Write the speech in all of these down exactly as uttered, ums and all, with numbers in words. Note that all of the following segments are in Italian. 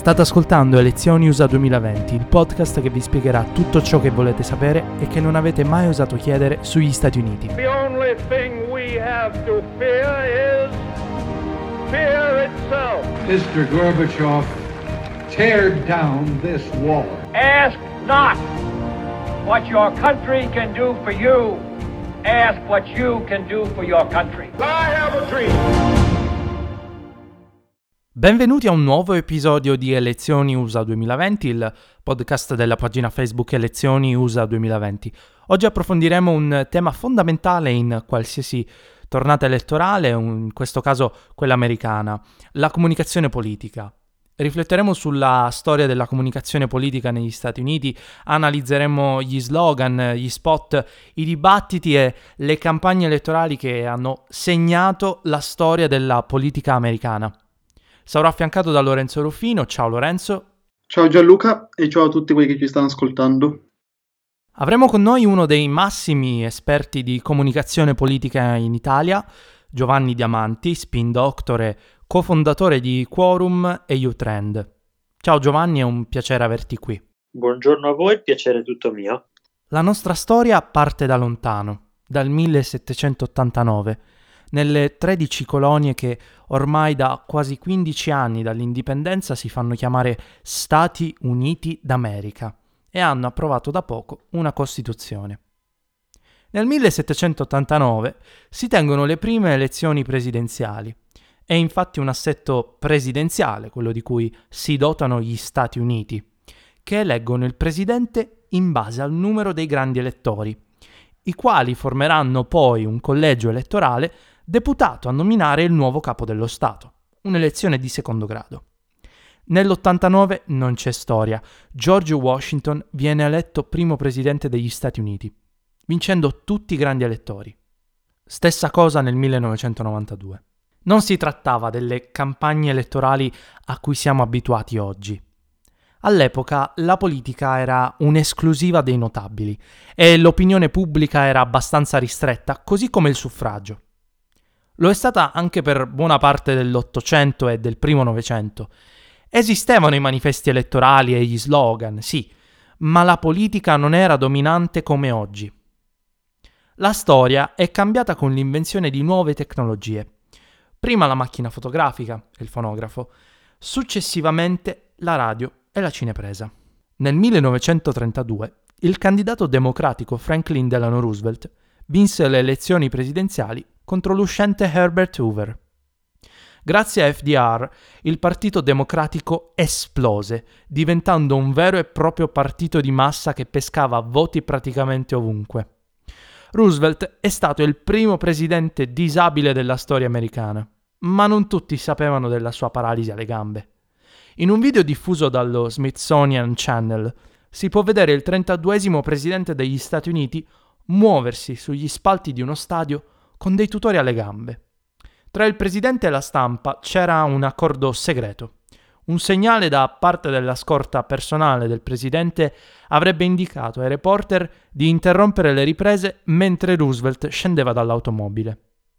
State ascoltando Elezioni U S A duemilaventi, il podcast che vi spiegherà tutto ciò che volete sapere e che non avete mai osato chiedere sugli Stati Uniti. The only thing we have to fear is fear itself. mister Gorbachev, tear down this wall. Ask not what your country can do for you. Ask what you can do for your country. I have a dream. Benvenuti a un nuovo episodio di Elezioni U S A duemilaventi, il podcast della pagina Facebook Elezioni U S A duemilaventi. Oggi approfondiremo un tema fondamentale in qualsiasi tornata elettorale, in questo caso quella americana, la comunicazione politica. Rifletteremo sulla storia della comunicazione politica negli Stati Uniti, analizzeremo gli slogan, gli spot, i dibattiti e le campagne elettorali che hanno segnato la storia della politica americana. Sarò affiancato da Lorenzo Ruffino. Ciao Lorenzo. Ciao Gianluca e ciao a tutti quelli che ci stanno ascoltando. Avremo con noi uno dei massimi esperti di comunicazione politica in Italia, Giovanni Diamanti, spin doctor e cofondatore di Quorum e U-Trend. Ciao Giovanni, è un piacere averti qui. Buongiorno a voi, piacere tutto mio. La nostra storia parte da lontano, dal millesettecentottantanove, nelle tredici colonie che ormai da quasi quindici anni dall'indipendenza si fanno chiamare Stati Uniti d'America e hanno approvato da poco una Costituzione. Nel millesettecentottantanove si tengono le prime elezioni presidenziali. È infatti un assetto presidenziale quello di cui si dotano gli Stati Uniti, che eleggono il presidente in base al numero dei grandi elettori, i quali formeranno poi un collegio elettorale deputato a nominare il nuovo capo dello Stato, un'elezione di secondo grado. Nell'ottantanove non c'è storia, George Washington viene eletto primo presidente degli Stati Uniti, vincendo tutti i grandi elettori. Stessa cosa nel millenovecentonovantadue. Non si trattava delle campagne elettorali a cui siamo abituati oggi. All'epoca la politica era un'esclusiva dei notabili e l'opinione pubblica era abbastanza ristretta, così come il suffragio. Lo è stata anche per buona parte dell'Ottocento e del primo Novecento. Esistevano i manifesti elettorali e gli slogan, sì, ma la politica non era dominante come oggi. La storia è cambiata con l'invenzione di nuove tecnologie. Prima la macchina fotografica e il fonografo, successivamente la radio e la cinepresa. Nel millenovecentotrentadue il candidato democratico Franklin Delano Roosevelt vinse le elezioni presidenziali contro l'uscente Herbert Hoover. Grazie a F D R, il Partito Democratico esplose, diventando un vero e proprio partito di massa che pescava voti praticamente ovunque. Roosevelt è stato il primo presidente disabile della storia americana, ma non tutti sapevano della sua paralisi alle gambe. In un video diffuso dallo Smithsonian Channel si può vedere il trentaduesimo presidente degli Stati Uniti muoversi sugli spalti di uno stadio con dei tutori alle gambe. Tra il presidente e la stampa c'era un accordo segreto. Un segnale da parte della scorta personale del presidente avrebbe indicato ai reporter di interrompere le riprese mentre Roosevelt scendeva dall'automobile.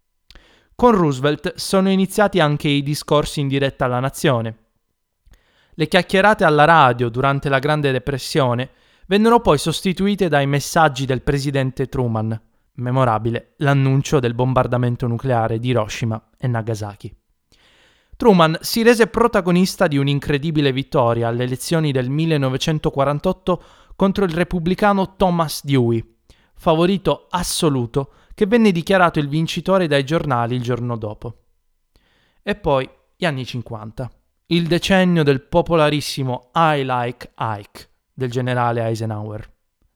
Con Roosevelt sono iniziati anche i discorsi in diretta alla nazione. Le chiacchierate alla radio durante la Grande Depressione vennero poi sostituite dai messaggi del presidente Truman. Memorabile l'annuncio del bombardamento nucleare di Hiroshima e Nagasaki. Truman si rese protagonista di un'incredibile vittoria alle elezioni del millenovecentoquarantotto contro il repubblicano Thomas Dewey, favorito assoluto che venne dichiarato il vincitore dai giornali il giorno dopo. E poi gli anni cinquanta, il decennio del popolarissimo I Like Ike del generale Eisenhower.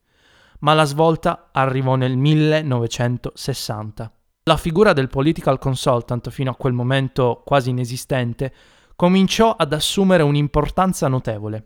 Ma la svolta arrivò nel millenovecentosessanta. La figura del political consultant, fino a quel momento quasi inesistente, cominciò ad assumere un'importanza notevole.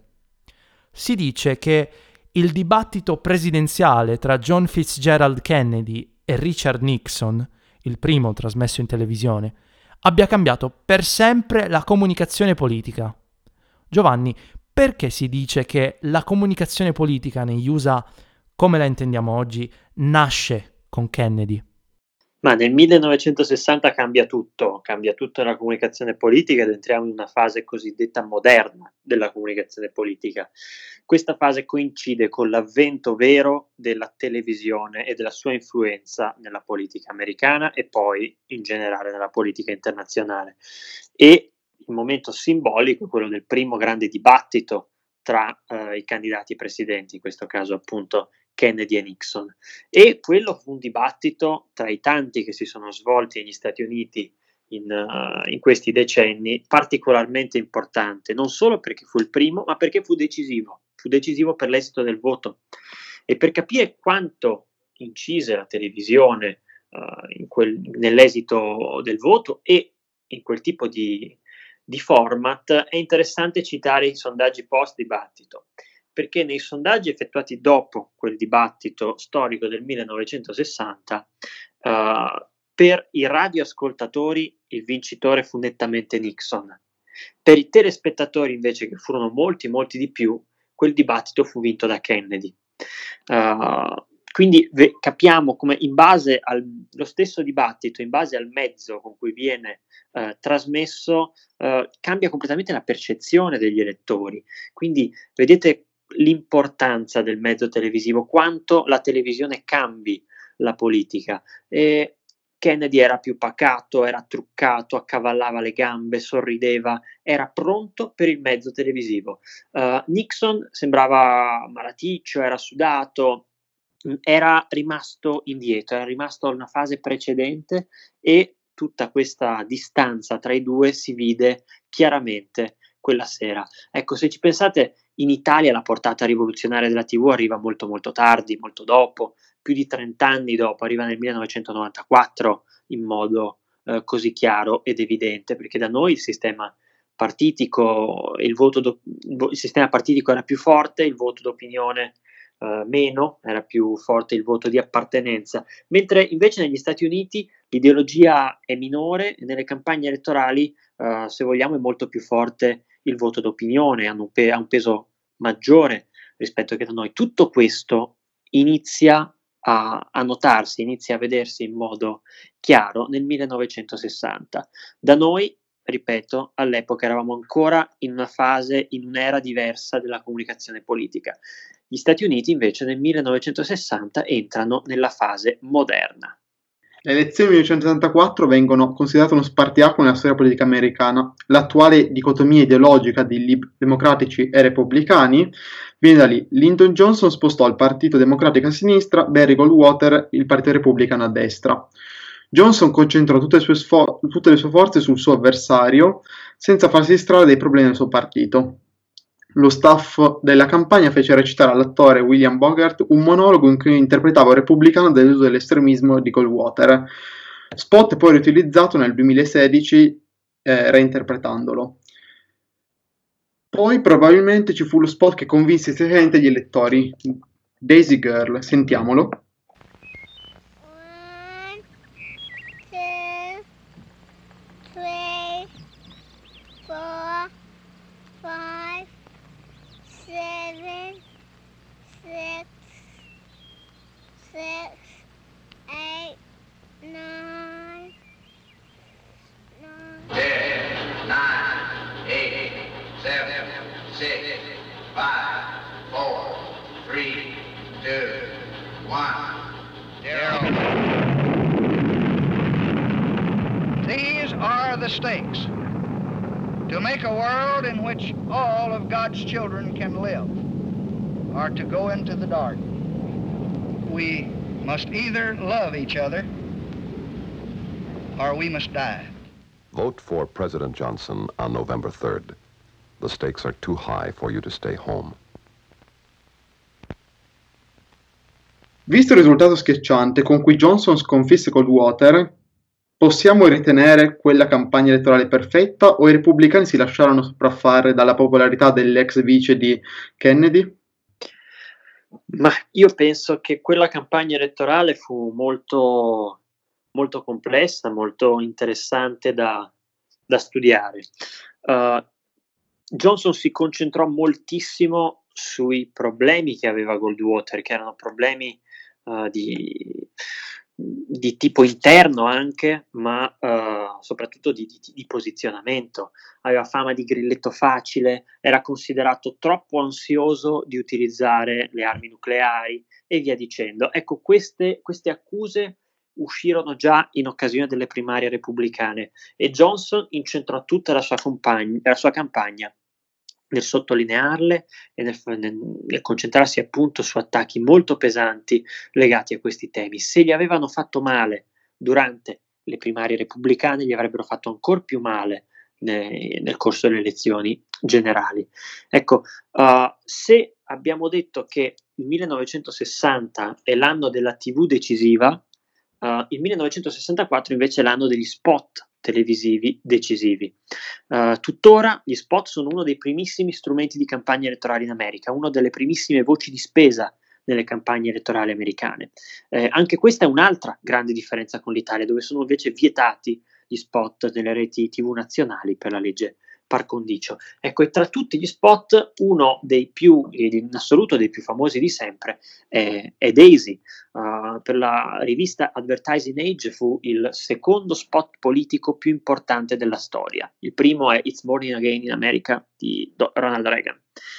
Si dice che il dibattito presidenziale tra John Fitzgerald Kennedy e Richard Nixon, il primo trasmesso in televisione, abbia cambiato per sempre la comunicazione politica. Giovanni, perché si dice che la comunicazione politica negli U S A, come la intendiamo oggi, nasce con Kennedy? Ma nel millenovecentosessanta cambia tutto, cambia tutta la comunicazione politica ed entriamo in una fase cosiddetta moderna della comunicazione politica. Questa fase coincide con l'avvento vero della televisione e della sua influenza nella politica americana e poi in generale nella politica internazionale. E il momento simbolico è quello del primo grande dibattito tra eh, i candidati presidenti, in questo caso appunto Kennedy e Nixon. E quello fu un dibattito tra i tanti che si sono svolti negli Stati Uniti in, uh, in questi decenni particolarmente importante, non solo perché fu il primo, ma perché fu decisivo, fu decisivo per l'esito del voto. E per capire quanto incise la televisione uh, in quel, nell'esito del voto e in quel tipo di, di format, è interessante citare i sondaggi post-dibattito, perché nei sondaggi effettuati dopo quel dibattito storico del millenovecentosessanta, uh, per i radioascoltatori il vincitore fu nettamente Nixon. Per i telespettatori invece, che furono molti, molti di più, quel dibattito fu vinto da Kennedy. Uh, quindi ve- capiamo come in base allo stesso dibattito, in base al mezzo con cui viene uh, trasmesso, uh, cambia completamente la percezione degli elettori. Quindi vedete l'importanza del mezzo televisivo, quanto la televisione cambi la politica. E Kennedy era più pacato, era truccato, accavallava le gambe, sorrideva, era pronto per il mezzo televisivo. Uh, Nixon sembrava malaticcio, era sudato, era rimasto indietro, era rimasto a una fase precedente e tutta questa distanza tra i due si vide chiaramente quella sera. Ecco, se ci pensate, in Italia la portata rivoluzionaria della tivù arriva molto molto tardi, molto dopo, più di trenta anni dopo, arriva nel millenovecentonovantaquattro in modo eh, così chiaro ed evidente, perché da noi il sistema partitico, il voto do, il sistema partitico era più forte, il voto d'opinione eh, meno, era più forte il voto di appartenenza, mentre invece negli Stati Uniti l'ideologia è minore e nelle campagne elettorali, eh, se vogliamo, è molto più forte il voto d'opinione, ha un, pe- ha un peso maggiore rispetto che da noi. Tutto questo inizia a, a notarsi, inizia a vedersi in modo chiaro nel millenovecentosessanta. Da noi, ripeto, all'epoca eravamo ancora in una fase, in un'era diversa della comunicazione politica. Gli Stati Uniti invece nel millenovecentosessanta entrano nella fase moderna. Le elezioni del millenovecentosettantaquattro vengono considerate uno spartiacque nella storia politica americana. L'attuale dicotomia ideologica di lib- democratici e repubblicani viene da lì. Lyndon Johnson spostò il Partito Democratico a sinistra, Barry Goldwater il Partito Repubblicano a destra. Johnson concentrò tutte le sue, sfo- tutte le sue forze sul suo avversario, senza farsi distrarre dai problemi del suo partito. Lo staff della campagna fece recitare all'attore William Bogart un monologo in cui interpretava un repubblicano deluso dell'estremismo di Goldwater, spot poi riutilizzato nel duemilasedici eh, reinterpretandolo. Poi probabilmente ci fu lo spot che convinse esattamente gli elettori, Daisy Girl, sentiamolo. One, two, three, four, five, seven, six, six, eight, nine, nine. ten, nine, eight, seven, six, five, four, three, two, one, zero. These are the stakes. To make a world in which all of God's children can live, or to go into the dark. We must either love each other, or we must die. Vote for President Johnson on November third. The stakes are too high for you to stay home. Visto il risultato schiacciante con cui Johnson sconfisse Goldwater, possiamo ritenere quella campagna elettorale perfetta o i repubblicani si lasciarono sopraffare dalla popolarità dell'ex vice di Kennedy? Ma io penso che quella campagna elettorale fu molto, molto complessa, molto interessante da, da studiare. Uh, Johnson si concentrò moltissimo sui problemi che aveva Goldwater, che erano problemi uh, di, di tipo interno anche, ma uh, soprattutto di, di, di posizionamento. Aveva fama di grilletto facile, era considerato troppo ansioso di utilizzare le armi nucleari e via dicendo. Ecco, queste, queste accuse uscirono già in occasione delle primarie repubblicane e Johnson incentrò tutta la sua, compagn- la sua campagna nel sottolinearle e nel, nel, nel concentrarsi appunto su attacchi molto pesanti legati a questi temi. Se gli avevano fatto male durante le primarie repubblicane, gli avrebbero fatto ancora più male ne, nel corso delle elezioni generali. Ecco, uh, se abbiamo detto che il millenovecentosessanta è l'anno della tivù decisiva, uh, il millenovecentosessantaquattro invece è l'anno degli spot televisivi decisivi. Uh, tuttora gli spot sono uno dei primissimi strumenti di campagna elettorale in America, una delle primissime voci di spesa nelle campagne elettorali americane. Eh, anche questa è un'altra grande differenza con l'Italia, dove sono invece vietati gli spot nelle reti tivù nazionali per la legge par condicio. Ecco, e tra tutti gli spot, uno dei più, in assoluto dei più famosi di sempre, è, è Daisy. Uh, per la rivista Advertising Age fu il secondo spot politico più importante della storia. Il primo è It's Morning Again in America di Ronald Reagan.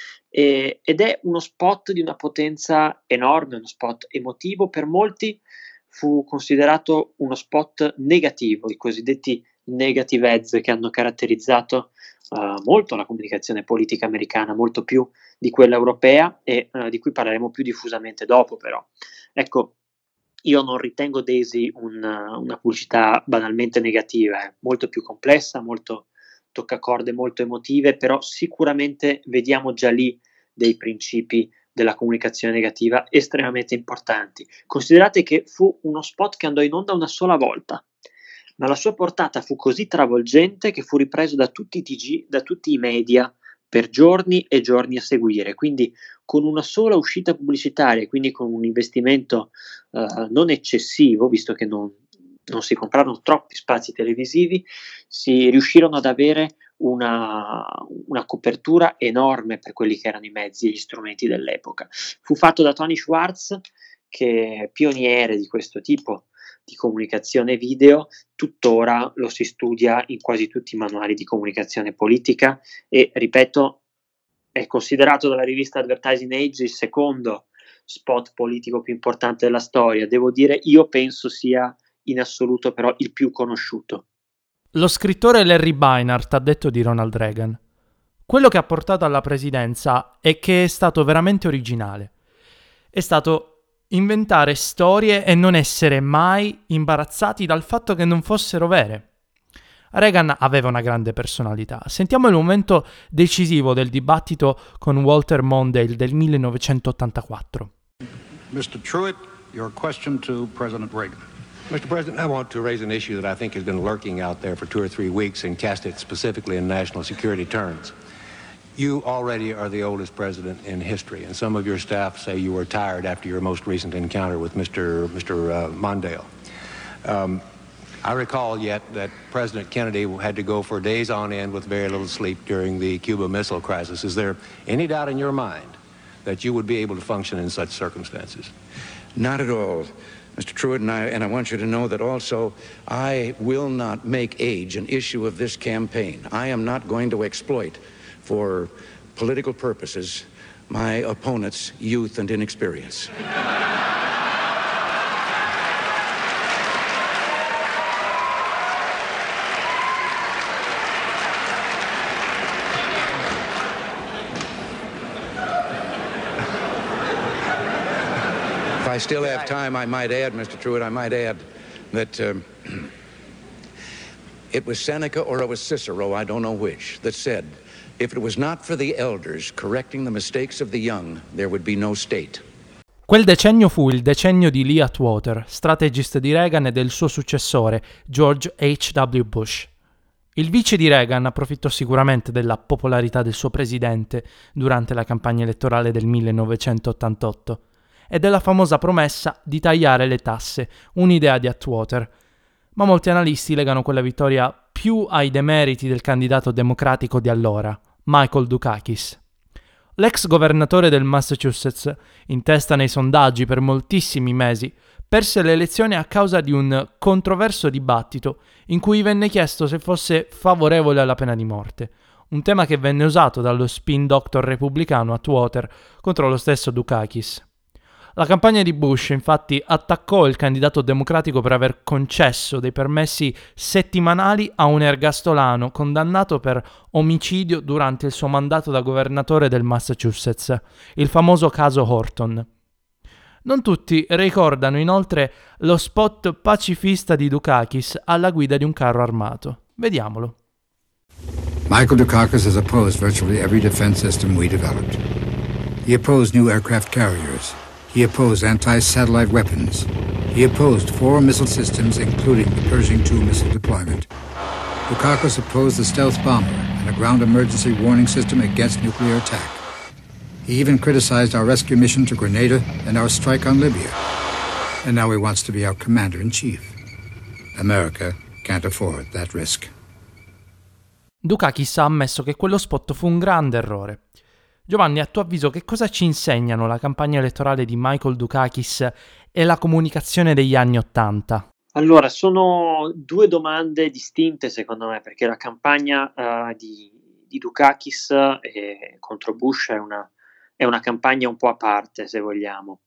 E, ed è uno spot di una potenza enorme, uno spot emotivo. Per molti fu considerato uno spot negativo, i cosiddetti negative ads, che hanno caratterizzato uh, molto la comunicazione politica americana, molto più di quella europea, e uh, di cui parleremo più diffusamente dopo. Però ecco, io non ritengo Daisy una, una pubblicità banalmente negativa, è molto più complessa, molto toccacorde, molto emotive, però sicuramente vediamo già lì dei principi della comunicazione negativa estremamente importanti. Considerate che fu uno spot che andò in onda una sola volta, ma la sua portata fu così travolgente che fu ripreso da tutti i T G, da tutti i media per giorni e giorni a seguire. Quindi con una sola uscita pubblicitaria, quindi con un investimento uh, non eccessivo, visto che non, non si comprarono troppi spazi televisivi, si riuscirono ad avere una, una copertura enorme per quelli che erano i mezzi e gli strumenti dell'epoca. Fu fatto da Tony Schwartz, che è pioniere di questo tipo di comunicazione video. Tuttora lo si studia in quasi tutti i manuali di comunicazione politica e, ripeto, è considerato dalla rivista Advertising Age il secondo spot politico più importante della storia. Devo dire, io penso sia in assoluto però il più conosciuto. Lo scrittore Larry Beinart ha detto di Ronald Reagan: quello che ha portato alla presidenza è che è stato veramente originale. È stato inventare storie e non essere mai imbarazzati dal fatto che non fossero vere. Reagan aveva una grande personalità. Sentiamo il momento decisivo del dibattito con Walter Mondale del millenovecentottantaquattro. mister Truitt, your question to President Reagan. Mister President, I want to raise an issue that I think has been lurking out there for two or three weeks and cast it specifically in national security terms. You already are the oldest president in history, and some of your staff say you were tired after your most recent encounter with Mister Mister Uh, Mondale. Um, I recall yet that President Kennedy had to go for days on end with very little sleep during the Cuba Missile Crisis. Is there any doubt in your mind that you would be able to function in such circumstances? Not at all, Mister Truitt, and I, and I want you to know that also I will not make age an issue of this campaign. I am not going to exploit, for political purposes, my opponent's youth and inexperience. If I still have time, I might add, Mister Truitt, I might add that um, it was Seneca or it was Cicero, I don't know which, that said, if it was not for the elders correcting the mistakes of the young, there would be no state. Quel decennio fu il decennio di Lee Atwater, strategist di Reagan e del suo successore, George H W Bush. Il vice di Reagan approfittò sicuramente della popolarità del suo presidente durante la campagna elettorale del millenovecentottantotto e della famosa promessa di tagliare le tasse, un'idea di Atwater. Ma molti analisti legano quella vittoria più ai demeriti del candidato democratico di allora, Michael Dukakis. L'ex governatore del Massachusetts, in testa nei sondaggi per moltissimi mesi, perse le elezioni a causa di un controverso dibattito in cui venne chiesto se fosse favorevole alla pena di morte, un tema che venne usato dallo spin doctor repubblicano Atwater contro lo stesso Dukakis. La campagna di Bush infatti attaccò il candidato democratico per aver concesso dei permessi settimanali a un ergastolano condannato per omicidio durante il suo mandato da governatore del Massachusetts, il famoso caso Horton. Non tutti ricordano inoltre lo spot pacifista di Dukakis alla guida di un carro armato. Vediamolo. Michael Dukakis has opposed virtually every defense system we developed. He opposed new aircraft carriers. He opposed anti-satellite weapons. He opposed four missile systems, including the Pershing two missile deployment. Dukakis opposed the stealth bomber and a ground emergency warning system against nuclear attack. He even criticized our rescue mission to Grenada and our strike on Libya. And now he wants to be our commander-in-chief. America can't afford that risk. Dukakis ha ammesso che quello spot fu un grande errore. Giovanni, a tuo avviso, che cosa ci insegnano la campagna elettorale di Michael Dukakis e la comunicazione degli anni Ottanta? Allora, sono due domande distinte secondo me, perché la campagna uh, di, di Dukakis eh, contro Bush è una, è una campagna un po' a parte, se vogliamo.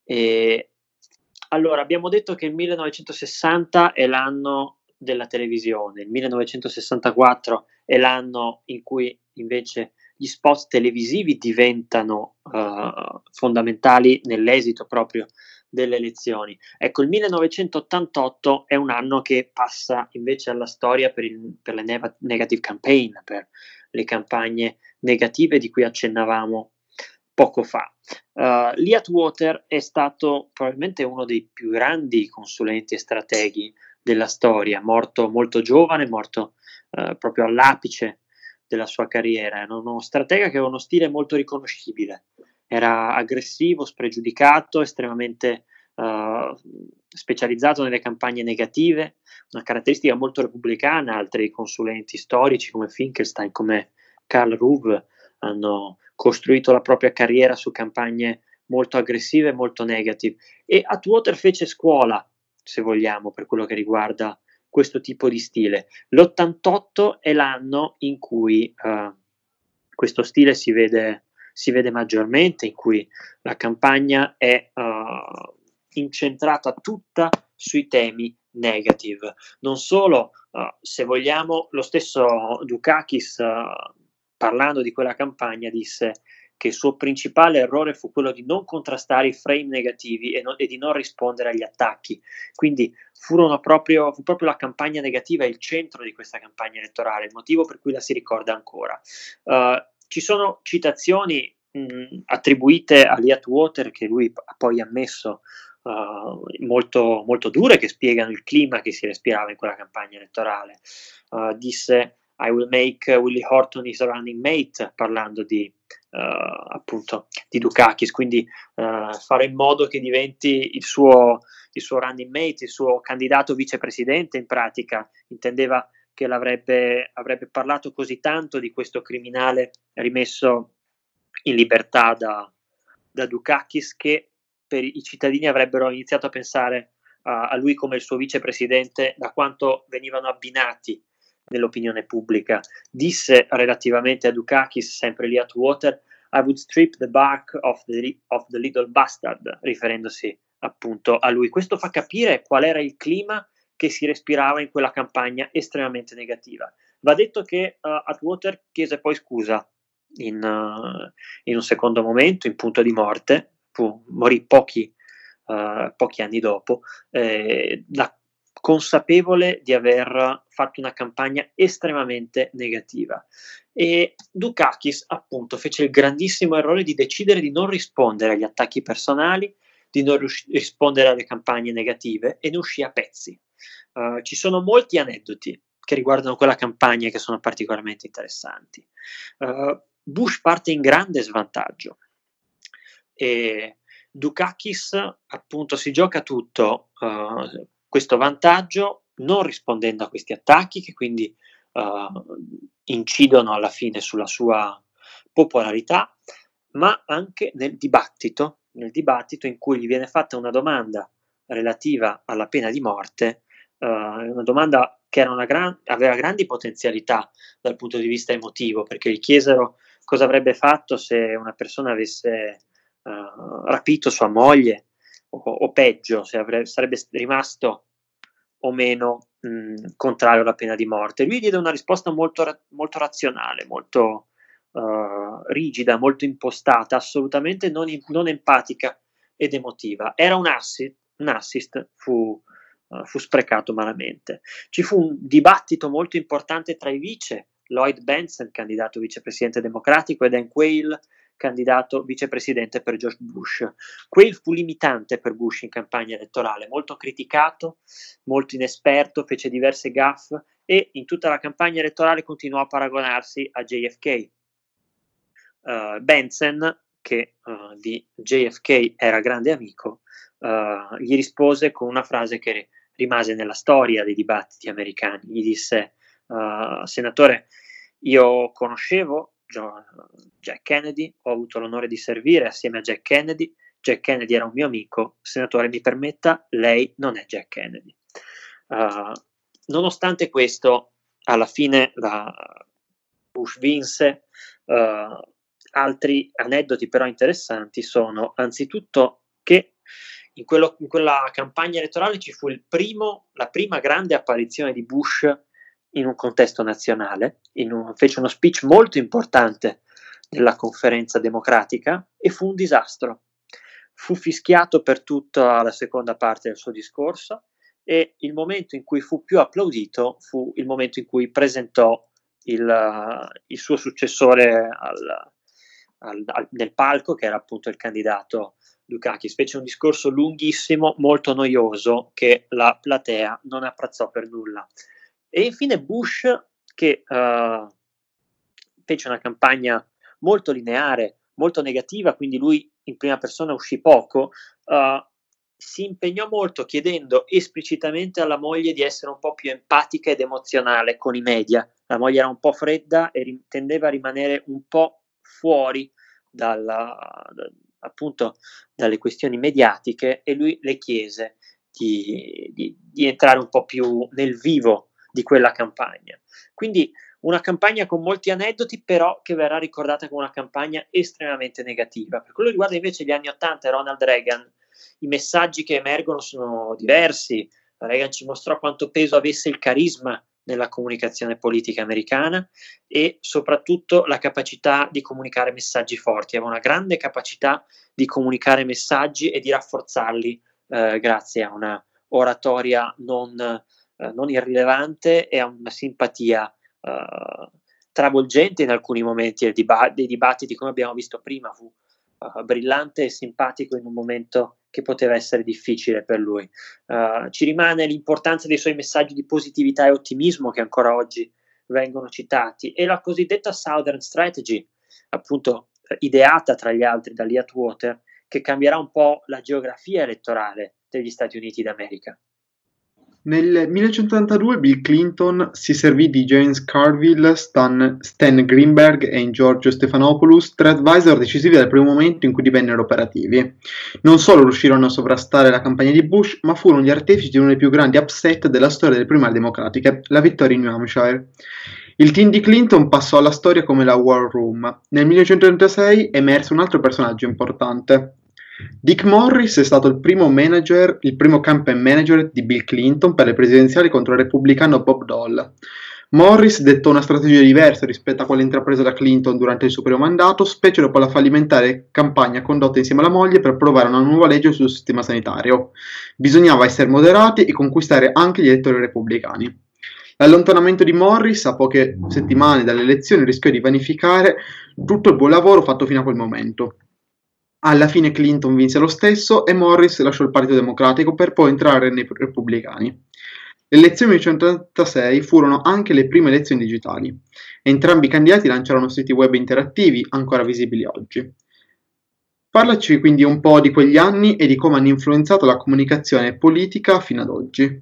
E, allora, abbiamo detto che il millenovecentosessanta è l'anno della televisione, il millenovecentosessantaquattro è l'anno in cui invece gli spot televisivi diventano uh, fondamentali nell'esito proprio delle elezioni. Ecco, il millenovecentottantotto è un anno che passa invece alla storia per, il, per le neg- negative campaign, per le campagne negative di cui accennavamo poco fa. Uh, Lee Atwater è stato probabilmente uno dei più grandi consulenti e strateghi della storia, morto molto giovane, morto uh, proprio all'apice della sua carriera. Era uno stratega che aveva uno stile molto riconoscibile, era aggressivo, spregiudicato, estremamente uh, specializzato nelle campagne negative, una caratteristica molto repubblicana. Altri consulenti storici come Finkelstein, come Karl Rove hanno costruito la propria carriera su campagne molto aggressive e molto negative, e Atwater fece scuola, se vogliamo, per quello che riguarda questo tipo di stile. L'ottantotto è l'anno in cui uh, questo stile si vede, si vede maggiormente, in cui la campagna è uh, incentrata tutta sui temi negative. Non solo, uh, se vogliamo, lo stesso Dukakis, uh, parlando di quella campagna, disse che il suo principale errore fu quello di non contrastare i frame negativi e, no, e di non rispondere agli attacchi. Quindi furono proprio, fu proprio la campagna negativa il centro di questa campagna elettorale, il motivo per cui la si ricorda ancora. Uh, ci sono citazioni mh, attribuite a Lee Atwater, che lui ha poi ammesso, uh, molto, molto dure, che spiegano il clima che si respirava in quella campagna elettorale. Uh, disse I will make uh, Willie Horton his running mate, parlando di Uh, appunto di Dukakis, quindi uh, fare in modo che diventi il suo, il suo running mate, il suo candidato vicepresidente. In pratica intendeva che l'avrebbe avrebbe parlato così tanto di questo criminale rimesso in libertà da, da Dukakis, che per i cittadini avrebbero iniziato a pensare uh, a lui come il suo vicepresidente, da quanto venivano abbinati nell'opinione pubblica. Disse relativamente a Dukakis, sempre lì Atwater, I would strip the bark of the, of the little bastard, riferendosi appunto a lui. Questo fa capire qual era il clima che si respirava in quella campagna estremamente negativa. Va detto che uh, Atwater chiese poi scusa in, uh, in un secondo momento, in punto di morte, fu, morì pochi, uh, pochi anni dopo, eh, la consapevole di aver fatto una campagna estremamente negativa. E Dukakis appunto fece il grandissimo errore di decidere di non rispondere agli attacchi personali, di non rius- rispondere alle campagne negative, e ne uscì a pezzi. Uh, ci sono molti aneddoti che riguardano quella campagna che sono particolarmente interessanti. Uh, Bush parte in grande svantaggio e Dukakis appunto si gioca tutto uh, questo vantaggio non rispondendo a questi attacchi, che quindi uh, incidono alla fine sulla sua popolarità, ma anche nel dibattito, nel dibattito in cui gli viene fatta una domanda relativa alla pena di morte, uh, una domanda che era una gran- aveva grandi potenzialità dal punto di vista emotivo, perché gli chiesero cosa avrebbe fatto se una persona avesse uh, rapito sua moglie, o, o peggio, se avrebbe, sarebbe rimasto o meno mh, contrario alla pena di morte. Lui diede una risposta molto, ra- molto razionale, molto uh, rigida, molto impostata, assolutamente non, in- non empatica ed emotiva. Era un assist, un assist fu, uh, fu sprecato malamente. Ci fu un dibattito molto importante tra i vice, Lloyd Bentsen, candidato vicepresidente democratico, e Dan Quayle, candidato vicepresidente per George Bush. Quayle fu limitante per Bush in campagna elettorale, molto criticato, molto inesperto, fece diverse gaffe e in tutta la campagna elettorale continuò a paragonarsi a J F K. Uh, Bentsen, che uh, di J F K era grande amico, uh, gli rispose con una frase che rimase nella storia dei dibattiti americani. Gli disse: uh, senatore, io conoscevo John, Jack Kennedy, ho avuto l'onore di servire assieme a Jack Kennedy. Jack Kennedy era un mio amico. Senatore, mi permetta, lei non è Jack Kennedy. Uh, nonostante questo, alla fine la Bush vinse. Uh, altri aneddoti però interessanti sono anzitutto che in, quello, in quella campagna elettorale ci fu il primo, la prima grande apparizione di Bush in un contesto nazionale, in un, fece uno speech molto importante nella conferenza democratica e fu un disastro. Fu fischiato per tutta la seconda parte del suo discorso e il momento in cui fu più applaudito fu il momento in cui presentò il, uh, il suo successore al, al, al, nel palco, che era appunto il candidato Dukakis. Fece un discorso lunghissimo, molto noioso, che la platea non apprezzò per nulla. E infine Bush, che uh, fece una campagna molto lineare, molto negativa, quindi lui in prima persona uscì poco, uh, si impegnò molto chiedendo esplicitamente alla moglie di essere un po' più empatica ed emozionale con i media. La moglie era un po' fredda e ri- tendeva a rimanere un po' fuori dalla, da, appunto dalle questioni mediatiche, e lui le chiese di, di, di entrare un po' più nel vivo di quella campagna. Quindi una campagna con molti aneddoti, però che verrà ricordata come una campagna estremamente negativa. Per quello che riguarda invece gli anni Ottanta e Ronald Reagan, i messaggi che emergono sono diversi. Reagan ci mostrò quanto peso avesse il carisma nella comunicazione politica americana e soprattutto la capacità di comunicare messaggi forti. Aveva una grande capacità di comunicare messaggi e di rafforzarli eh, grazie a una oratoria non, eh, non irrilevante e a una simpatia Uh, travolgente in alcuni momenti dei, diba- dei dibattiti, come abbiamo visto prima. Fu uh, brillante e simpatico in un momento che poteva essere difficile per lui. Uh, ci rimane l'importanza dei suoi messaggi di positività e ottimismo, che ancora oggi vengono citati, e la cosiddetta Southern Strategy, appunto ideata tra gli altri da Lee Atwater, che cambierà un po' la geografia elettorale degli Stati Uniti d'America. Nel millenovecentottantadue Bill Clinton si servì di James Carville, Stan, Stan Greenberg e George Stephanopoulos, tre advisor decisivi dal primo momento in cui divennero operativi. Non solo riuscirono a sovrastare la campagna di Bush, ma furono gli artefici di uno dei più grandi upset della storia delle primarie democratiche, la vittoria in New Hampshire. Il team di Clinton passò alla storia come la War Room. Nel millenovecentotrentasei emerse un altro personaggio importante. Dick Morris è stato il primo manager, il primo campaign manager di Bill Clinton per le presidenziali contro il repubblicano Bob Dole. Morris dettò una strategia diversa rispetto a quella intrapresa da Clinton durante il suo primo mandato, specie dopo la fallimentare campagna condotta insieme alla moglie per provare una nuova legge sul sistema sanitario. Bisognava essere moderati e conquistare anche gli elettori repubblicani. L'allontanamento di Morris a poche settimane dalle elezioni rischiò di vanificare tutto il buon lavoro fatto fino a quel momento. Alla fine Clinton vinse lo stesso e Morris lasciò il Partito Democratico per poi entrare nei Repubblicani. Le elezioni del millenovecentonovantasei furono anche le prime elezioni digitali. Entrambi i candidati lanciarono siti web interattivi, ancora visibili oggi. Parlaci quindi un po' di quegli anni e di come hanno influenzato la comunicazione politica fino ad oggi.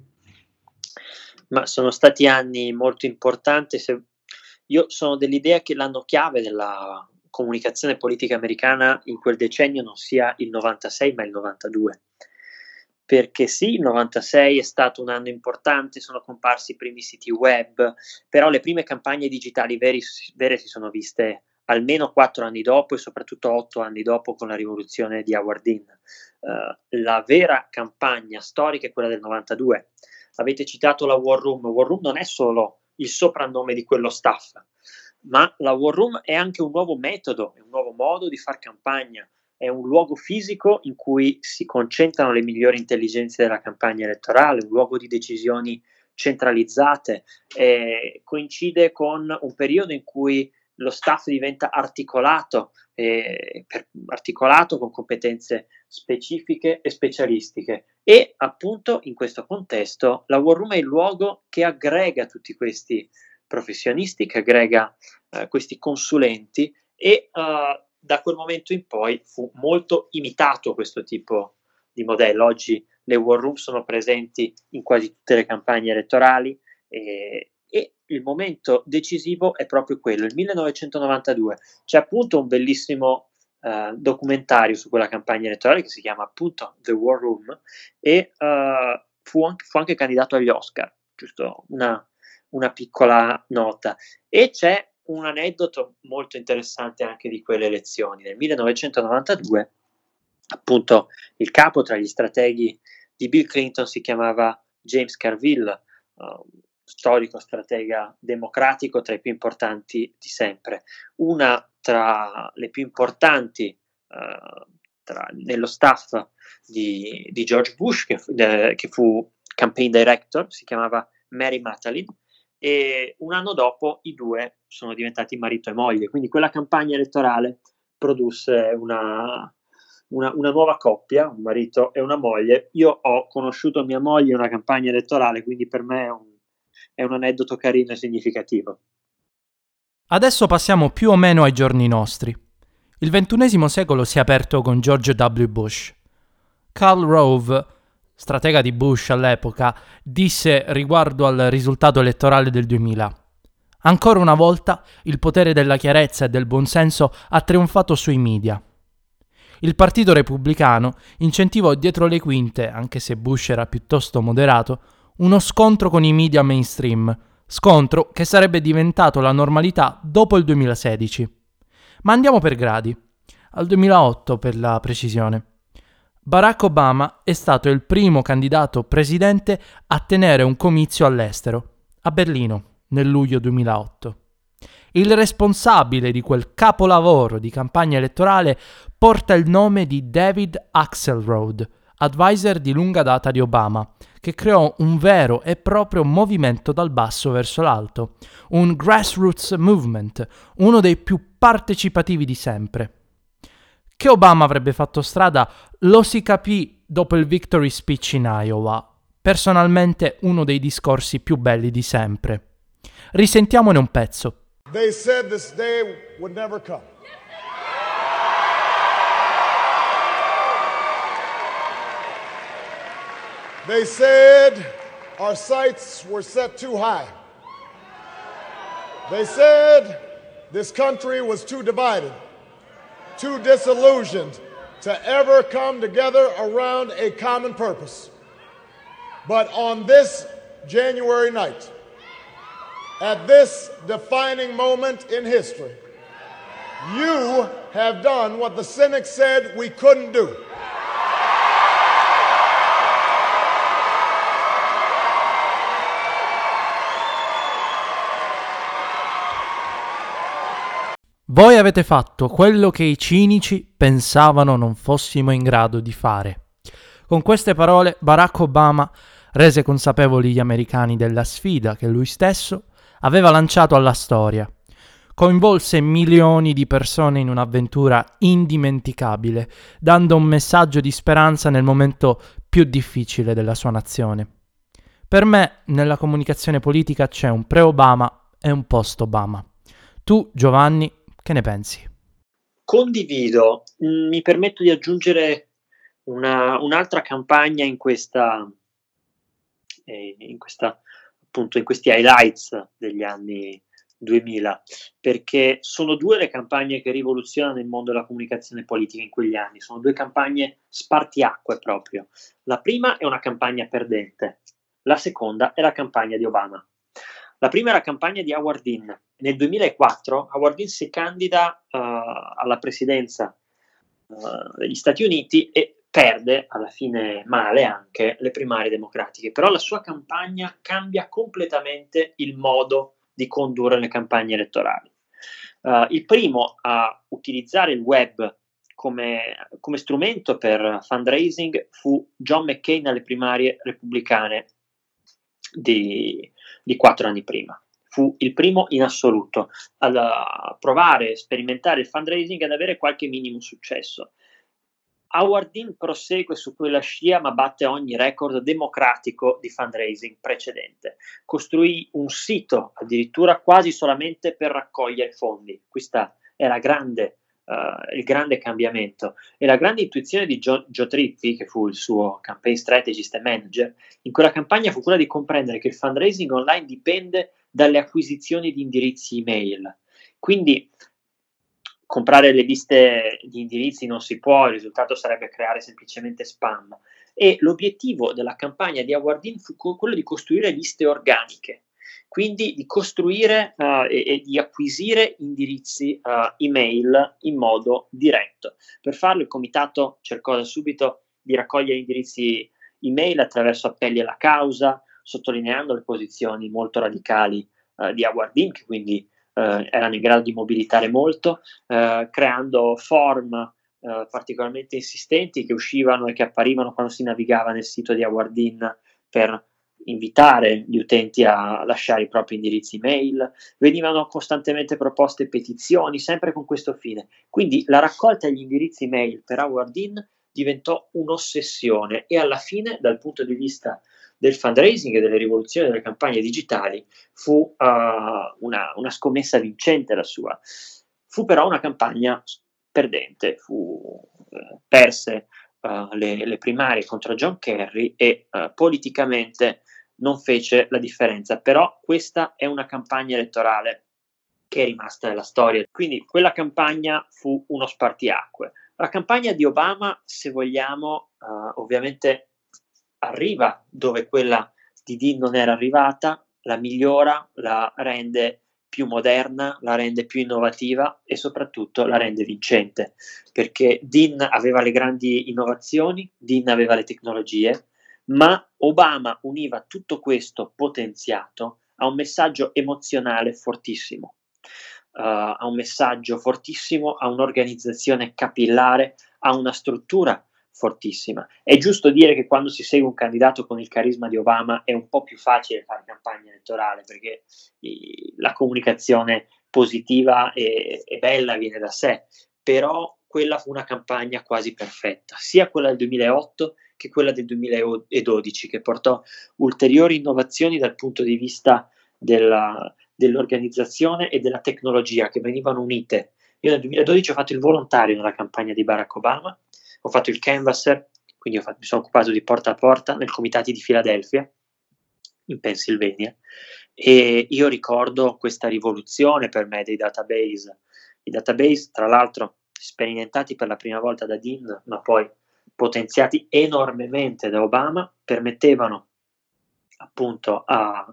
Ma sono stati anni molto importanti. Se... Io sono dell'idea che l'anno chiave della comunicazione politica americana in quel decennio non sia il novantasei ma il novantadue. perché sì, il novantasei è stato un anno importante, sono comparsi i primi siti web, però le prime campagne digitali veri, vere si sono viste almeno quattro anni dopo e soprattutto otto anni dopo con la rivoluzione di Howard Dean. Uh, la vera campagna storica è quella del novantadue. Avete citato la War Room. War Room non è solo il soprannome di quello staff, ma la War Room è anche un nuovo metodo, è un nuovo modo di far campagna, è un luogo fisico in cui si concentrano le migliori intelligenze della campagna elettorale, un luogo di decisioni centralizzate, eh, coincide con un periodo in cui lo staff diventa articolato, eh, per, articolato con competenze specifiche e specialistiche, e appunto in questo contesto la War Room è il luogo che aggrega tutti questi professionisti, che aggrega eh, questi consulenti, e uh, da quel momento in poi fu molto imitato questo tipo di modello. Oggi le War Room sono presenti in quasi tutte le campagne elettorali, e E il momento decisivo è proprio quello, il millenovecentonovantadue. C'è appunto un bellissimo uh, documentario su quella campagna elettorale che si chiama appunto The War Room, e uh, fu, anche, fu anche candidato agli Oscar, giusto una, una piccola nota. E c'è un aneddoto molto interessante anche di quelle elezioni. Nel millenovecentonovantadue, appunto, il capo tra gli strateghi di Bill Clinton si chiamava James Carville, uh, storico stratega democratico tra i più importanti di sempre. Una tra le più importanti uh, tra, nello staff di, di George Bush, che, eh, che fu campaign director, si chiamava Mary Matalin, e un anno dopo i due sono diventati marito e moglie, quindi quella campagna elettorale produsse una, una, una nuova coppia, un marito e una moglie. Io ho conosciuto mia moglie in una campagna elettorale, quindi per me è un È un aneddoto carino e significativo. Adesso passiamo più o meno ai giorni nostri. Il ventunesimo secolo si è aperto con George W. Bush. Karl Rove, stratega di Bush all'epoca, disse riguardo al risultato elettorale del duemila: ancora una volta il potere della chiarezza e del buonsenso ha trionfato sui media. Il partito repubblicano incentivò dietro le quinte, anche se Bush era piuttosto moderato, uno scontro con i media mainstream, scontro che sarebbe diventato la normalità dopo il duemilasedici. Ma andiamo per gradi, al duemilaotto per la precisione. Barack Obama è stato il primo candidato presidente a tenere un comizio all'estero, a Berlino, nel luglio duemilaotto. Il responsabile di quel capolavoro di campagna elettorale porta il nome di David Axelrod, advisor di lunga data di Obama, che creò un vero e proprio movimento dal basso verso l'alto, un grassroots movement, uno dei più partecipativi di sempre. Che Obama avrebbe fatto strada lo si capì dopo il victory speech in Iowa, personalmente uno dei discorsi più belli di sempre. Risentiamone un pezzo. They said this day would never come. They said our sights were set too high. They said this country was too divided, too disillusioned to ever come together around a common purpose. But on this January night, at this defining moment in history, you have done what the cynics said we couldn't do. Voi avete fatto quello che i cinici pensavano non fossimo in grado di fare. Con queste parole Barack Obama rese consapevoli gli americani della sfida che lui stesso aveva lanciato alla storia. Coinvolse milioni di persone in un'avventura indimenticabile, dando un messaggio di speranza nel momento più difficile della sua nazione. Per me, nella comunicazione politica c'è un pre-Obama e un post-Obama. Tu, Giovanni, che ne pensi? Condivido. Mi permetto di aggiungere una, un'altra campagna in questa, eh, in questa, appunto, in questi highlights degli anni duemila, perché sono due le campagne che rivoluzionano il mondo della comunicazione politica in quegli anni, sono due campagne spartiacque proprio. La prima è una campagna perdente, la seconda è la campagna di Obama. La prima è la campagna di Howard Dean. Nel duemilaquattro Howard Dean si candida uh, alla presidenza uh, degli Stati Uniti e perde, alla fine male anche, le primarie democratiche, però la sua campagna cambia completamente il modo di condurre le campagne elettorali. Uh, il primo a utilizzare il web come, come strumento per fundraising fu John McCain alle primarie repubblicane di, di quattro anni prima. Fu il primo in assoluto a provare, sperimentare il fundraising e ad avere qualche minimo successo. Howard Dean prosegue su quella scia, ma batte ogni record democratico di fundraising precedente. Costruì un sito addirittura quasi solamente per raccogliere fondi. Questa è la grande, uh, il grande cambiamento. E la grande intuizione di Joe, Joe Trippi, che fu il suo campaign strategist e manager, in quella campagna fu quella di comprendere che il fundraising online dipende dalle acquisizioni di indirizzi email. Quindi comprare le liste di indirizzi non si può, il risultato sarebbe creare semplicemente spam. E l'obiettivo della campagna di Howard Dean fu quello di costruire liste organiche, quindi di costruire uh, e, e di acquisire indirizzi uh, email in modo diretto. Per farlo il comitato cercò da subito di raccogliere indirizzi email attraverso appelli alla causa, sottolineando le posizioni molto radicali uh, di Howard Dean, che quindi Uh, erano in grado di mobilitare molto, uh, creando form uh, particolarmente insistenti che uscivano e che apparivano quando si navigava nel sito di Howard Dean per invitare gli utenti a lasciare i propri indirizzi email. Venivano costantemente proposte petizioni, sempre con questo fine. Quindi la raccolta degli indirizzi email per Howard Dean diventò un'ossessione e alla fine, dal punto di vista del fundraising e delle rivoluzioni delle campagne digitali, fu uh, una, una scommessa vincente la sua. Fu però una campagna perdente, fu, uh, perse uh, le, le primarie contro John Kerry e uh, politicamente non fece la differenza, però questa è una campagna elettorale che è rimasta nella storia, quindi quella campagna fu uno spartiacque. La campagna di Obama, se vogliamo, uh, ovviamente arriva dove quella di Dean non era arrivata, la migliora, la rende più moderna, la rende più innovativa e soprattutto la rende vincente, perché Dean aveva le grandi innovazioni, Dean aveva le tecnologie, ma Obama univa tutto questo potenziato a un messaggio emozionale fortissimo, uh, a un messaggio fortissimo, a un'organizzazione capillare, a una struttura fortissima. È giusto dire che quando si segue un candidato con il carisma di Obama è un po' più facile fare campagna elettorale, perché i, la comunicazione positiva e, e bella viene da sé, però quella fu una campagna quasi perfetta, sia quella del duemilaotto che quella del duemiladodici, che portò ulteriori innovazioni dal punto di vista della, dell'organizzazione e della tecnologia che venivano unite. Io nel duemiladodici ho fatto il volontario nella campagna di Barack Obama, ho fatto il canvasser, quindi ho fatto, mi sono occupato di porta a porta nel comitati di Filadelfia, in Pennsylvania, e io ricordo questa rivoluzione per me dei database. I database, tra l'altro, sperimentati per la prima volta da Dean, ma poi potenziati enormemente da Obama, permettevano appunto a,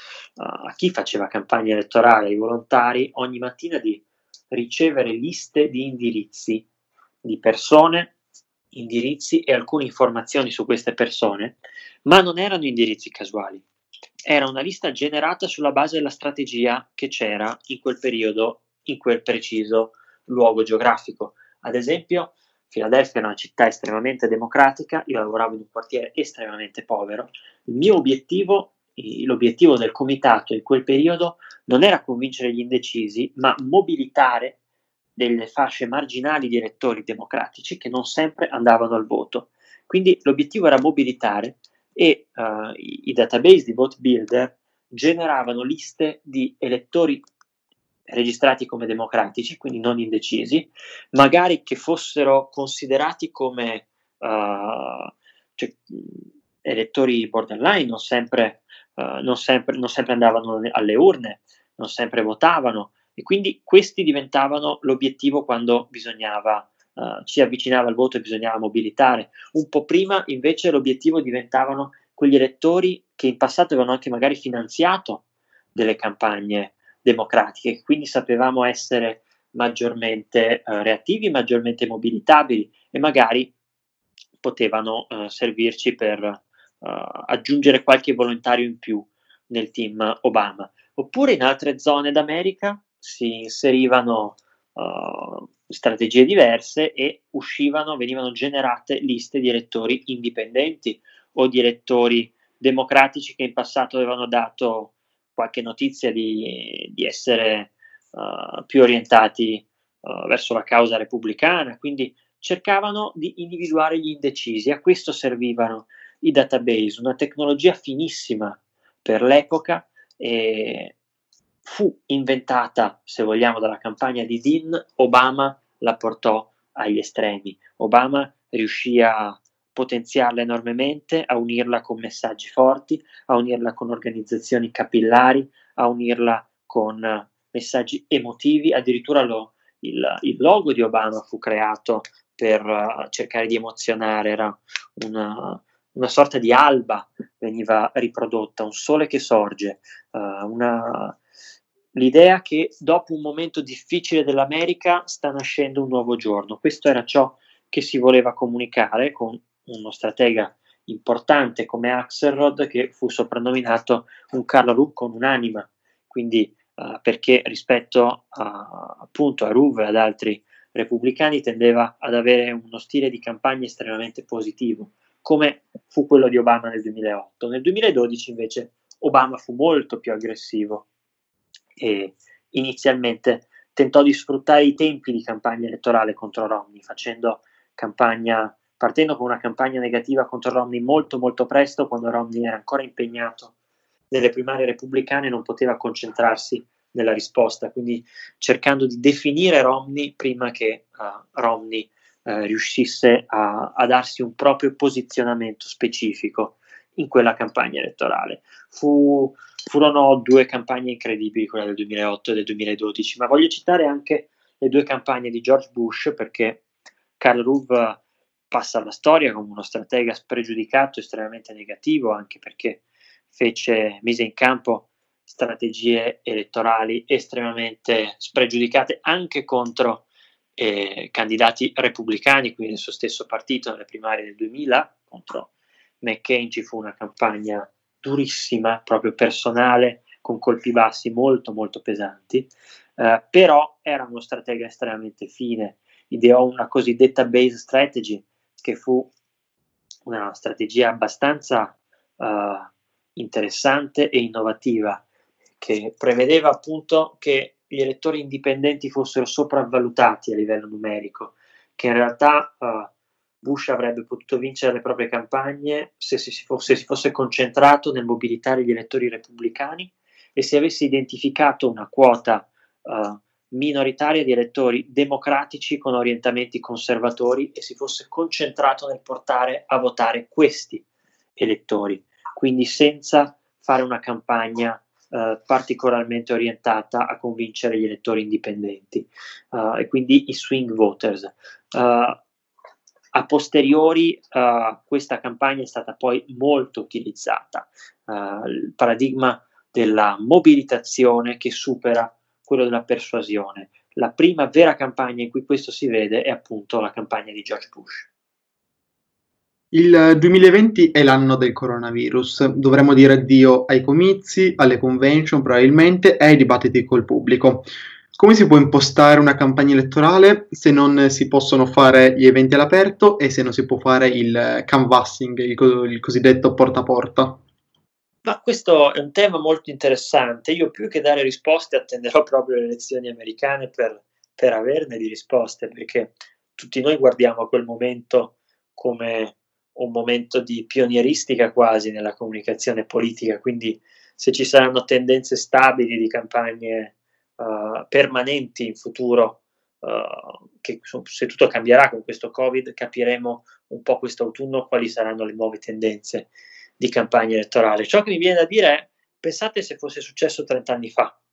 a chi faceva campagna elettorale, ai volontari, ogni mattina di ricevere liste di indirizzi di persone, indirizzi e alcune informazioni su queste persone, ma non erano indirizzi casuali. Era una lista generata sulla base della strategia che c'era in quel periodo, in quel preciso luogo geografico. Ad esempio, Filadelfia è una città estremamente democratica, io lavoravo in un quartiere estremamente povero. Il mio obiettivo, l'obiettivo del comitato in quel periodo non era convincere gli indecisi, ma mobilitare delle fasce marginali di elettori democratici che non sempre andavano al voto. Quindi l'obiettivo era mobilitare e uh, i, i database di Vote Builder generavano liste di elettori registrati come democratici, quindi non indecisi, magari che fossero considerati come uh, cioè, elettori borderline, non sempre, uh, non sempre, non sempre andavano alle urne, non sempre votavano, e quindi questi diventavano l'obiettivo quando bisognava, uh, ci avvicinava al voto e bisognava mobilitare. Un po' prima invece l'obiettivo diventavano quegli elettori che in passato avevano anche magari finanziato delle campagne democratiche, quindi sapevamo essere maggiormente uh, reattivi, maggiormente mobilitabili e magari potevano uh, servirci per uh, aggiungere qualche volontario in più nel team Obama. Oppure in altre zone d'America si inserivano uh, strategie diverse e uscivano, venivano generate liste di elettori indipendenti o di elettori democratici che in passato avevano dato qualche notizia di, di essere uh, più orientati uh, verso la causa repubblicana, quindi cercavano di individuare gli indecisi. A questo servivano i database, una tecnologia finissima per l'epoca, e fu inventata, se vogliamo, dalla campagna di Dean. Obama la portò agli estremi. Obama riuscì a potenziarla enormemente, a unirla con messaggi forti, a unirla con organizzazioni capillari, a unirla con messaggi emotivi. Addirittura lo, il, il logo di Obama fu creato per uh, cercare di emozionare, era una, una sorta di alba, veniva riprodotta, un sole che sorge, uh, una, l'idea che dopo un momento difficile dell'America sta nascendo un nuovo giorno. Questo era ciò che si voleva comunicare con uno stratega importante come Axelrod, che fu soprannominato un Karl Rove con un'anima, quindi uh, perché rispetto a, appunto a Rove e ad altri repubblicani tendeva ad avere uno stile di campagna estremamente positivo, come fu quello di Obama nel duemilaotto. Nel duemiladodici invece Obama fu molto più aggressivo e inizialmente tentò di sfruttare i tempi di campagna elettorale contro Romney, facendo campagna, partendo con una campagna negativa contro Romney molto molto presto, quando Romney era ancora impegnato nelle primarie repubblicane e non poteva concentrarsi nella risposta, quindi cercando di definire Romney prima che uh, Romney uh, riuscisse a, a darsi un proprio posizionamento specifico in quella campagna elettorale. Fu, furono due campagne incredibili, quella del duemilaotto e del duemiladodici, ma voglio citare anche le due campagne di George Bush, perché Karl Rove passa alla storia come uno stratega spregiudicato, estremamente negativo, anche perché fece, mise in campo strategie elettorali estremamente spregiudicate anche contro eh, candidati repubblicani, quindi nel suo stesso partito nelle primarie del duemila. Contro McCain ci fu una campagna durissima, proprio personale, con colpi bassi molto molto pesanti, eh, però era uno stratega estremamente fine. Ideò una cosiddetta base strategy, che fu una strategia abbastanza uh, interessante e innovativa, che prevedeva appunto che gli elettori indipendenti fossero sopravvalutati a livello numerico, che in realtà uh, Bush avrebbe potuto vincere le proprie campagne se si, fosse, se si fosse concentrato nel mobilitare gli elettori repubblicani e se avesse identificato una quota uh, minoritaria di elettori democratici con orientamenti conservatori e si fosse concentrato nel portare a votare questi elettori, quindi senza fare una campagna Uh, particolarmente orientata a convincere gli elettori indipendenti uh, e quindi i swing voters. Uh, a posteriori uh, questa campagna è stata poi molto utilizzata, uh, il paradigma della mobilitazione che supera quello della persuasione. La prima vera campagna in cui questo si vede è appunto la campagna di George Bush. Il duemilaventi è l'anno del coronavirus, dovremmo dire addio ai comizi, alle convention probabilmente e ai dibattiti col pubblico. Come si può impostare una campagna elettorale se non si possono fare gli eventi all'aperto e se non si può fare il canvassing, il, co- il cosiddetto porta a porta? Ma questo è un tema molto interessante. Io più che dare risposte attenderò proprio le elezioni americane per, per averne di risposte, perché tutti noi guardiamo a quel momento come un momento di pionieristica quasi nella comunicazione politica, quindi se ci saranno tendenze stabili di campagne uh, permanenti in futuro, uh, che se tutto cambierà con questo Covid, capiremo un po' quest'autunno quali saranno le nuove tendenze di campagna elettorale. Ciò che mi viene da dire è: pensate se fosse successo trent'anni fa,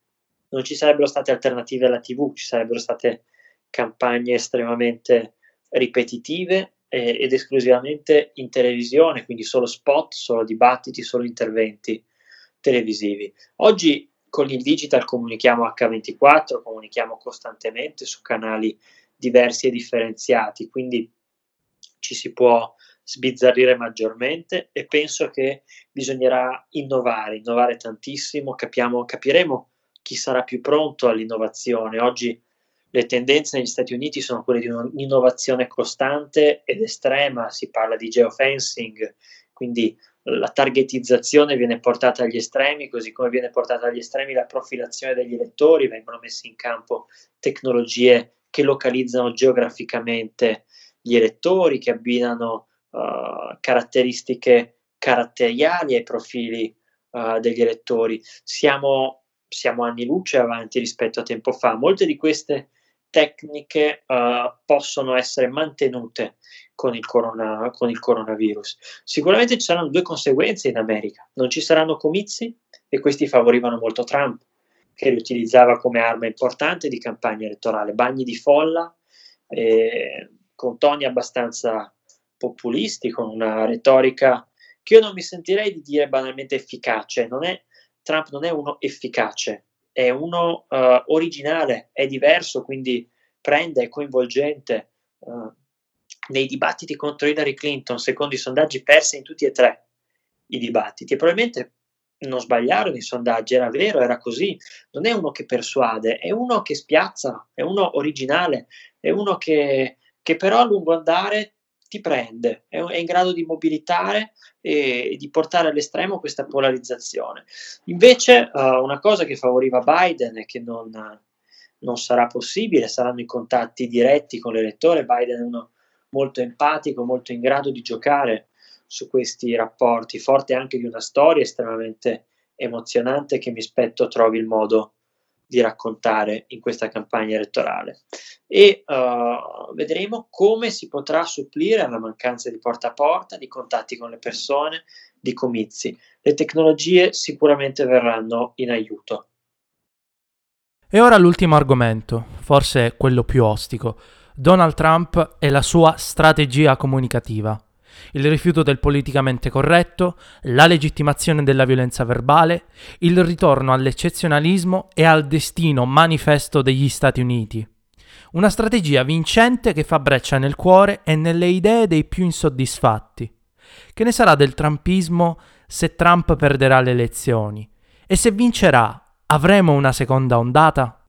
non ci sarebbero state alternative alla tivù, ci sarebbero state campagne estremamente ripetitive eh, ed esclusivamente in televisione, quindi solo spot, solo dibattiti, solo interventi televisivi. Oggi con il digital comunichiamo acca ventiquattro, comunichiamo costantemente su canali diversi e differenziati, quindi ci si può sbizzarrire maggiormente e penso che bisognerà innovare, innovare tantissimo, capiamo, capiremo chi sarà più pronto all'innovazione. Oggi le tendenze negli Stati Uniti sono quelle di un'innovazione costante ed estrema, si parla di geofencing, quindi la targetizzazione viene portata agli estremi, così come viene portata agli estremi la profilazione degli elettori, vengono messe in campo tecnologie che localizzano geograficamente gli elettori, che abbinano uh, caratteristiche caratteriali ai profili uh, degli elettori. Siamo, siamo anni luce avanti rispetto a tempo fa. Molte di queste tecniche uh, possono essere mantenute con il, corona, con il coronavirus. Sicuramente ci saranno due conseguenze in America: non ci saranno comizi, e questi favorivano molto Trump, che li utilizzava come arma importante di campagna elettorale, bagni di folla eh, con toni abbastanza populisti, con una retorica che io non mi sentirei di dire banalmente efficace. Non è, Trump non è uno efficace, è uno uh, originale, è diverso, quindi prende, è coinvolgente. Uh, nei dibattiti contro Hillary Clinton, secondo i sondaggi, perse in tutti e tre i dibattiti, e probabilmente non sbagliarono i sondaggi, era vero, era così. Non è uno che persuade, è uno che spiazza, è uno originale, è uno che, che però a lungo andare ti prende, è, è in grado di mobilitare e, e di portare all'estremo questa polarizzazione. Invece uh, una cosa che favoriva Biden e che non, non sarà possibile saranno i contatti diretti con l'elettore. Biden è uno molto empatico, molto in grado di giocare su questi rapporti, forte anche di una storia estremamente emozionante che mi aspetto trovi il modo di raccontare in questa campagna elettorale. E uh, vedremo come si potrà supplire alla mancanza di porta a porta, di contatti con le persone, di comizi. Le tecnologie sicuramente verranno in aiuto. E ora l'ultimo argomento, forse quello più ostico: Donald Trump e la sua strategia comunicativa. Il rifiuto del politicamente corretto, la legittimazione della violenza verbale, il ritorno all'eccezionalismo e al destino manifesto degli Stati Uniti. Una strategia vincente che fa breccia nel cuore e nelle idee dei più insoddisfatti. Che ne sarà del trumpismo se Trump perderà le elezioni? E se vincerà, avremo una seconda ondata?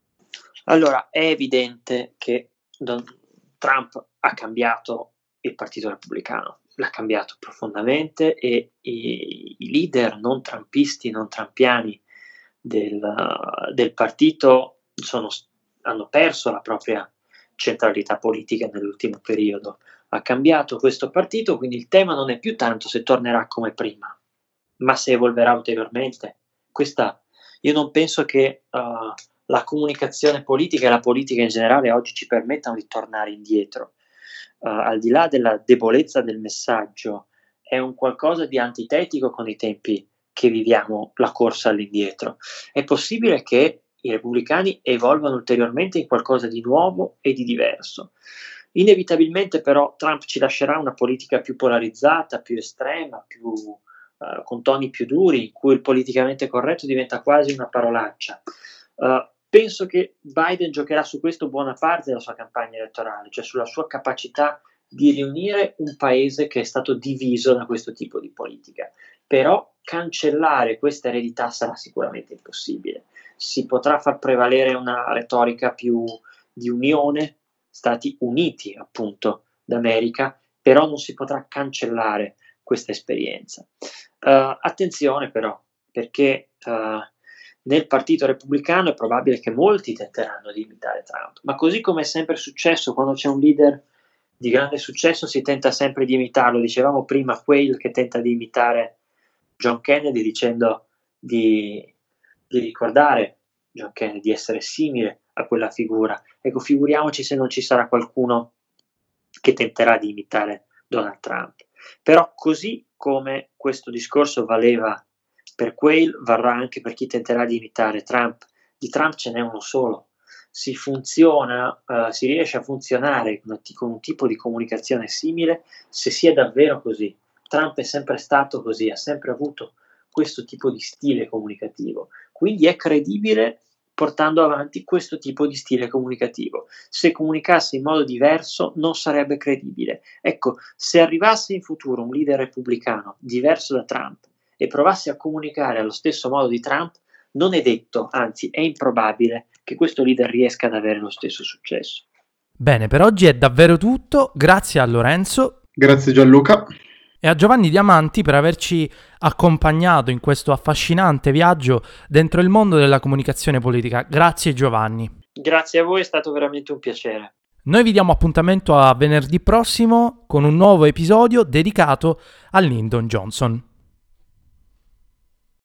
Allora, è evidente che Don Trump ha cambiato il Partito Repubblicano, l'ha cambiato profondamente, e i, i leader non trumpisti, non trumpiani del, del partito sono, hanno perso la propria centralità politica nell'ultimo periodo. Ha cambiato questo partito, quindi il tema non è più tanto se tornerà come prima, ma se evolverà ulteriormente. Questa, io non penso che uh, la comunicazione politica e la politica in generale oggi ci permettano di tornare indietro. Uh, al di là della debolezza del messaggio, è un qualcosa di antitetico con i tempi che viviamo, la corsa all'indietro. È possibile che i repubblicani evolvano ulteriormente in qualcosa di nuovo e di diverso. Inevitabilmente però Trump ci lascerà una politica più polarizzata, più estrema, più, uh, con toni più duri, in cui il politicamente corretto diventa quasi una parolaccia. Uh, Penso che Biden giocherà su questo buona parte della sua campagna elettorale, cioè sulla sua capacità di riunire un paese che è stato diviso da questo tipo di politica. Però cancellare questa eredità sarà sicuramente impossibile. Si potrà far prevalere una retorica più di unione, Stati Uniti appunto d'America, però non si potrà cancellare questa esperienza. Uh, attenzione però, perché uh, nel Partito Repubblicano è probabile che molti tenteranno di imitare Trump, ma così come è sempre successo quando c'è un leader di grande successo si tenta sempre di imitarlo. Dicevamo prima Quayle che tenta di imitare John Kennedy dicendo di, di ricordare John Kennedy, di essere simile a quella figura. Ecco, figuriamoci se non ci sarà qualcuno che tenterà di imitare Donald Trump. Però così come questo discorso valeva per Quayle, varrà anche per chi tenterà di imitare Trump Di Trump ce n'è uno solo. Si funziona, uh, si riesce a funzionare con un tipo di comunicazione simile se si è davvero così. Trump è sempre stato così, ha sempre avuto questo tipo di stile comunicativo, quindi è credibile portando avanti questo tipo di stile comunicativo. Se comunicasse in modo diverso non sarebbe credibile. Ecco, se arrivasse in futuro un leader repubblicano diverso da Trump e provasse a comunicare allo stesso modo di Trump, non è detto, anzi è improbabile che questo leader riesca ad avere lo stesso successo. Bene, per oggi è davvero tutto. Grazie a Lorenzo. Grazie Gianluca. E a Giovanni Diamanti per averci accompagnato in questo affascinante viaggio dentro il mondo della comunicazione politica. Grazie Giovanni. Grazie a voi, è stato veramente un piacere. Noi vi diamo appuntamento a venerdì prossimo con un nuovo episodio dedicato a Lyndon Johnson.